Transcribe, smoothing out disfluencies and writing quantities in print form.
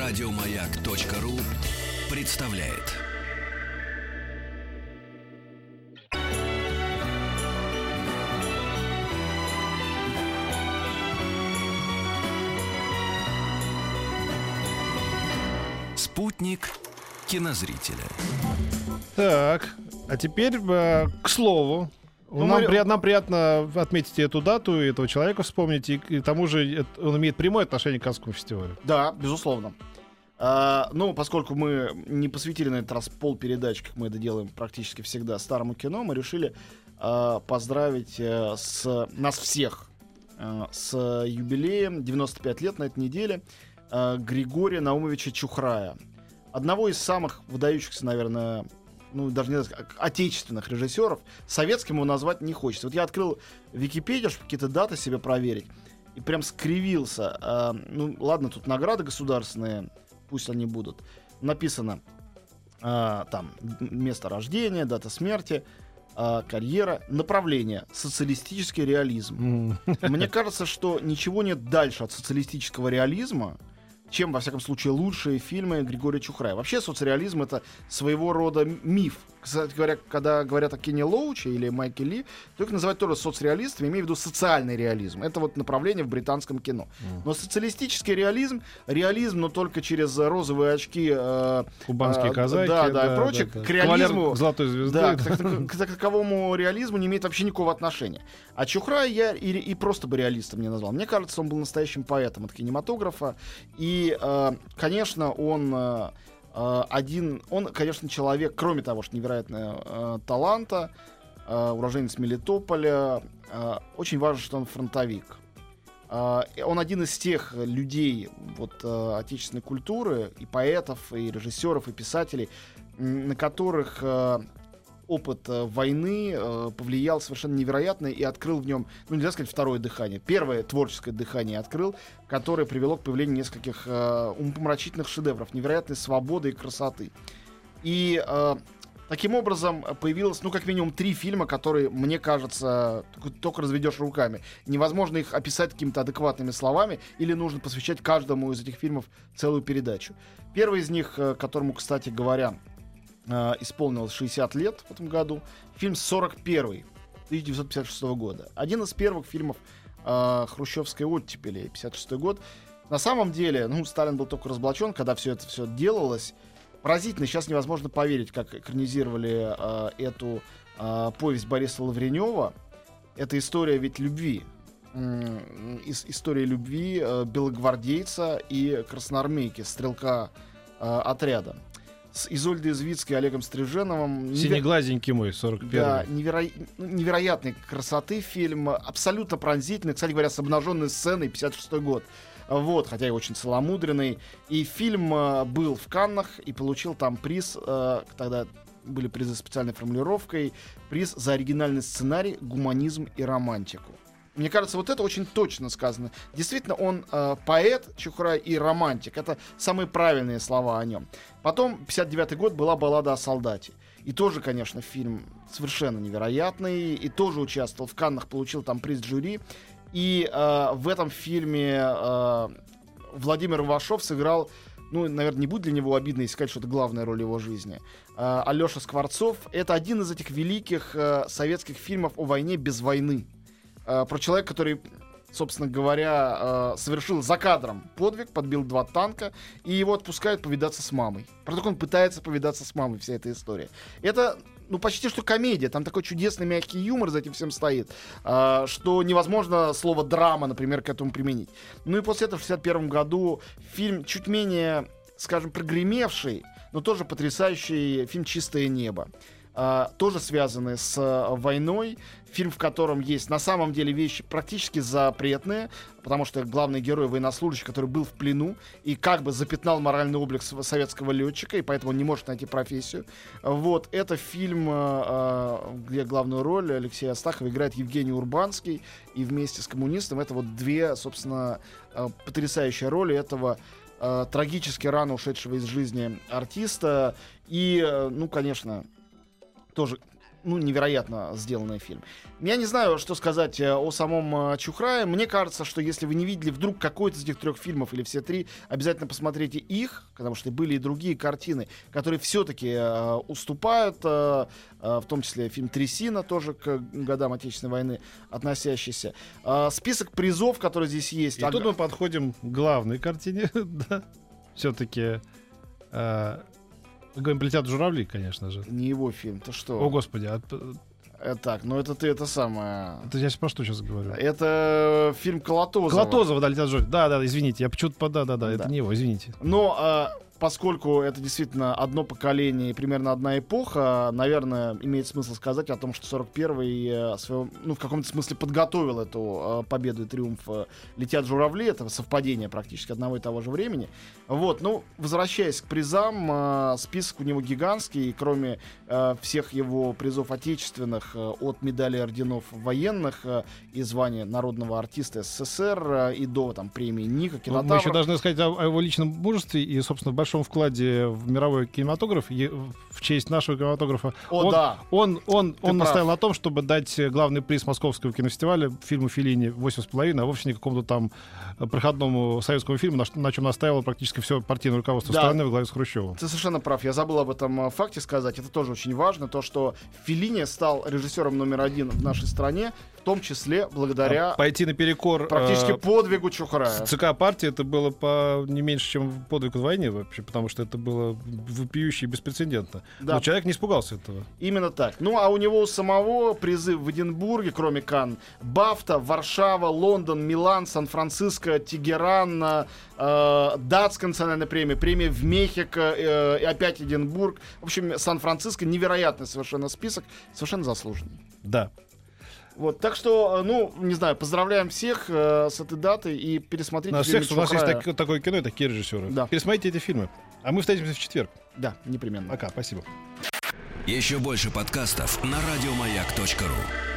Радиомаяк.ру представляет. Спутник кинозрителя. Так, а теперь к слову. Нам приятно отметить эту дату, и этого человека вспомнить, и к тому же он имеет прямое отношение к Каннскому фестивалю. Да, безусловно. Поскольку мы не посвятили на этот раз полпередач, как мы это делаем практически всегда, старому кино, мы решили поздравить нас всех с юбилеем, 95 лет на этой неделе, Григория Наумовича Чухрая. Одного из самых выдающихся, наверное, даже не знаю, отечественных режиссеров. Советским его назвать не хочется. Вот я открыл Википедию, чтобы какие-то даты себе проверить, и прям скривился. Ладно, тут награды государственные, пусть они будут. Написано там место рождения, дата смерти, карьера, направление социалистический реализм. Мне кажется, что ничего нет дальше от социалистического реализма, чем, во всяком случае, лучшие фильмы Григория Чухрая. Вообще, соцреализм — это своего рода миф. Кстати говоря, когда говорят о Кенни Лоуче или Майке Ли, то их называют тоже соцреалистами, имея в виду социальный реализм. Это вот направление в британском кино. Но социалистический реализм, но только через розовые очки, кубанские казаки, и прочее, к реализму, золотой звезды, к таковому реализму не имеет вообще никакого отношения. А Чухрая я и просто бы реалистом не назвал. Мне кажется, он был настоящим поэтом от кинематографа. И, конечно, он конечно, человек, кроме того, что невероятного таланта, уроженец Мелитополя, очень важно, что он фронтовик. Он один из тех людей отечественной культуры, и поэтов, и режиссеров, и писателей, на которых опыт войны повлиял совершенно невероятно и открыл в нем, нельзя сказать второе дыхание, первое творческое дыхание открыл, которое привело к появлению нескольких умопомрачительных шедевров, невероятной свободы и красоты. И таким образом появилось, как минимум 3 фильма, которые, мне кажется, только разведешь руками. Невозможно их описать какими-то адекватными словами, или нужно посвящать каждому из этих фильмов целую передачу. Первый из них, которому, кстати говоря, исполнилось 60 лет в этом году. Фильм 41 1956 года. Один из первых фильмов хрущевской оттепели, 56 год. На самом деле, Сталин был только разоблачен, когда все это делалось. Поразительно, сейчас невозможно поверить, как экранизировали эту повесть Бориса Лавренева. Это история ведь любви. История любви белогвардейца и красноармейки, стрелка отряда. С Изольдой Извицкой и Олегом Стриженовым. Синеглазенький мой, 41-й. Да, невероятной красоты фильм, абсолютно пронзительный, кстати говоря, с обнаженной сценой, 56-й год. Хотя и очень целомудренный. И фильм был в Каннах и получил там приз, тогда были призы специальной формулировкой, приз за оригинальный сценарий, гуманизм и романтику. Мне кажется, это очень точно сказано. Действительно, он поэт, Чухрай, и романтик. Это самые правильные слова о нем. Потом, 59-й год, была «Баллада о солдате». И тоже, конечно, фильм совершенно невероятный. И тоже участвовал в Каннах, получил там приз жюри. И в этом фильме Владимир Ивашов сыграл, наверное, не будет для него обидно, если сказать, что это главная роль его жизни. Алёша Скворцов. Это один из этих великих советских фильмов о войне без войны. Про человека, который, собственно говоря, совершил за кадром подвиг, подбил 2 танка, и его отпускают повидаться с мамой. Про то, как он пытается повидаться с мамой, вся эта история. Это, почти что комедия, там такой чудесный мягкий юмор за этим всем стоит, что невозможно слово «драма», например, к этому применить. И после этого в 1961 году фильм чуть менее, скажем, прогремевший, но тоже потрясающий фильм «Чистое небо». Тоже связаны с войной. Фильм, в котором есть на самом деле вещи практически запретные, потому что главный герой — военнослужащий, который был в плену и как бы запятнал моральный облик советского летчика, и поэтому он не может найти профессию. Это фильм, где главную роль Алексея Астахова играет Евгений Урбанский, и вместе с коммунистом это 2, собственно, потрясающие роли этого трагически рано ушедшего из жизни артиста. И, конечно, тоже невероятно сделанный фильм. Я не знаю, что сказать о самом Чухрае. Мне кажется, что если вы не видели вдруг какой-то из этих 3 фильмов или все 3, обязательно посмотрите их, потому что были и другие картины, которые все-таки уступают, в том числе фильм «Трясина», тоже к годам Отечественной войны относящийся. Список призов, которые здесь есть. И тут мы подходим к главной картине. Все-таки... Мы говорим, «Летят журавли», конечно же. Не его фильм, то что? О, Господи. Так, это ты, это самое... Это я про что сейчас говорю? Это фильм Колотозова. Колотозова, да, «Летят журавли». Да, извините, я почему-то... Да, это не его, извините. Но... Поскольку это действительно одно поколение и примерно одна эпоха, наверное, имеет смысл сказать о том, что 41-й в каком-то смысле подготовил эту победу и триумф «Летят журавли». Это совпадение практически одного и того же времени. Возвращаясь к призам, список у него гигантский. И кроме всех его призов отечественных, от медалей орденов военных и звания народного артиста СССР и до премии Ника, Кинотавр. Мы еще должны сказать о его личном мужестве и, собственно, в большом вкладе в мировой кинематограф в честь нашего кинематографа. Он настоял на том, чтобы дать главный приз Московского кинофестиваля фильму Феллини «8,5», а вовсе не какому-то там проходному советскому фильму, на чем настаивало практически все партийное руководство страны во главе с Хрущевым. Ты совершенно прав. Я забыл об этом факте сказать. Это тоже очень важно. То, что Феллини стал режиссером номер 1 в нашей стране, в том числе благодаря... Пойти наперекор... Практически подвигу Чухрая. ЦК партии это было не меньше, чем подвиг в войне вообще, потому что это было вопиюще и беспрецедентно. Да. Но человек не испугался этого. Именно так. А у него у самого призы в Эдинбурге, кроме Канн, Бафта, Варшава, Лондон, Милан, Сан-Франциско, Тегеран, датская национальная премия в Мехико, и опять Эдинбург. В общем, Сан-Франциско — невероятный совершенно список, совершенно заслуженный. Да. Так что, не знаю, поздравляем всех с этой датой и пересмотрите фильмы Чухрая. У нас есть такое кино и такие режиссеры. Да. Пересмотрите эти фильмы. А мы встретимся в четверг. Да, непременно. Пока, спасибо. Еще больше подкастов на радиомаяк.ру.